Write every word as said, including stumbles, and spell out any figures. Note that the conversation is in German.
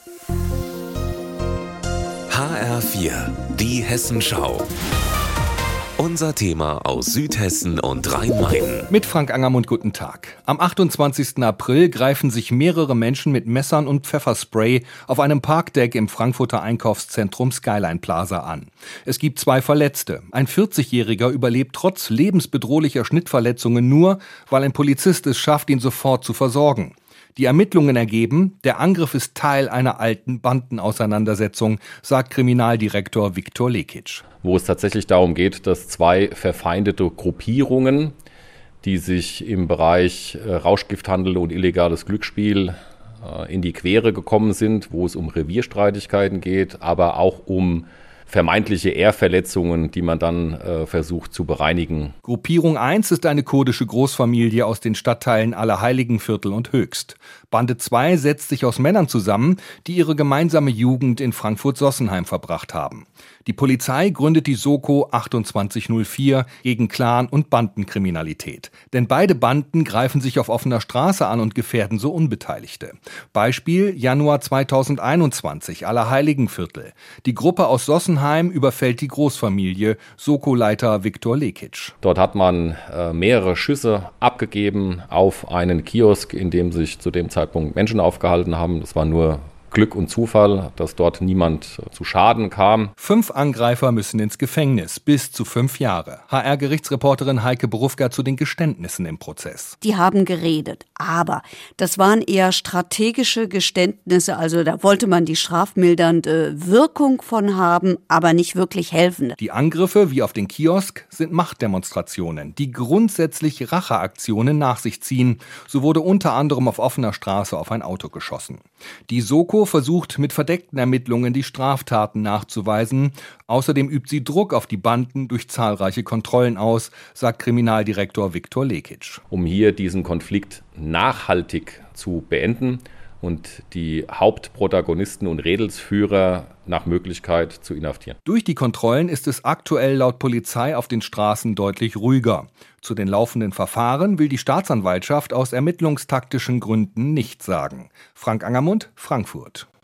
H R vier, die Hessenschau. Unser Thema aus Südhessen und Rhein-Main. Mit Frank Angermund, guten Tag. Am achtundzwanzigsten April greifen sich mehrere Menschen mit Messern und Pfefferspray auf einem Parkdeck im Frankfurter Einkaufszentrum Skyline Plaza an. Es gibt zwei Verletzte. Ein vierzigjähriger überlebt trotz lebensbedrohlicher Schnittverletzungen nur, weil ein Polizist es schafft, ihn sofort zu versorgen. Die Ermittlungen ergeben, der Angriff ist Teil einer alten Bandenauseinandersetzung, sagt Kriminaldirektor Viktor Lekic. Wo es tatsächlich darum geht, dass zwei verfeindete Gruppierungen, die sich im Bereich Rauschgifthandel und illegales Glücksspiel in die Quere gekommen sind, wo es um Revierstreitigkeiten geht, aber auch um vermeintliche Ehrverletzungen, die man dann äh, versucht zu bereinigen. Gruppierung eins ist eine kurdische Großfamilie aus den Stadtteilen Allerheiligenviertel und Höchst. Bande zwei setzt sich aus Männern zusammen, die ihre gemeinsame Jugend in Frankfurt-Sossenheim verbracht haben. Die Polizei gründet die Soko achtundzwanzig null vier gegen Clan- und Bandenkriminalität. Denn beide Banden greifen sich auf offener Straße an und gefährden so Unbeteiligte. Beispiel Januar zweitausendeinundzwanzig, Allerheiligenviertel. Die Gruppe aus Sossenheim überfällt die Großfamilie, Soko-Leiter Viktor Lekic. Dort hat man äh, mehrere Schüsse abgegeben auf einen Kiosk, in dem sich zu dem Zeitpunkt Menschen aufgehalten haben. Das war nur Glück und Zufall, dass dort niemand zu Schaden kam. Fünf Angreifer müssen ins Gefängnis, bis zu fünf Jahre. H R-Gerichtsreporterin Heike Borufka zu den Geständnissen im Prozess. Die haben geredet, aber das waren eher strategische Geständnisse, also da wollte man die strafmildernde Wirkung von haben, aber nicht wirklich helfende. Die Angriffe, wie auf den Kiosk, sind Machtdemonstrationen, die grundsätzlich Racheaktionen nach sich ziehen. So wurde unter anderem auf offener Straße auf ein Auto geschossen. Die Soko versucht mit verdeckten Ermittlungen die Straftaten nachzuweisen. Außerdem übt sie Druck auf die Banden durch zahlreiche Kontrollen aus, sagt Kriminaldirektor Viktor Lekic. Um hier diesen Konflikt nachhaltig zu beenden und die Hauptprotagonisten und Rädelsführer nach Möglichkeit zu inhaftieren. Durch die Kontrollen ist es aktuell laut Polizei auf den Straßen deutlich ruhiger. Zu den laufenden Verfahren will die Staatsanwaltschaft aus ermittlungstaktischen Gründen nichts sagen. Frank Angermund, Frankfurt.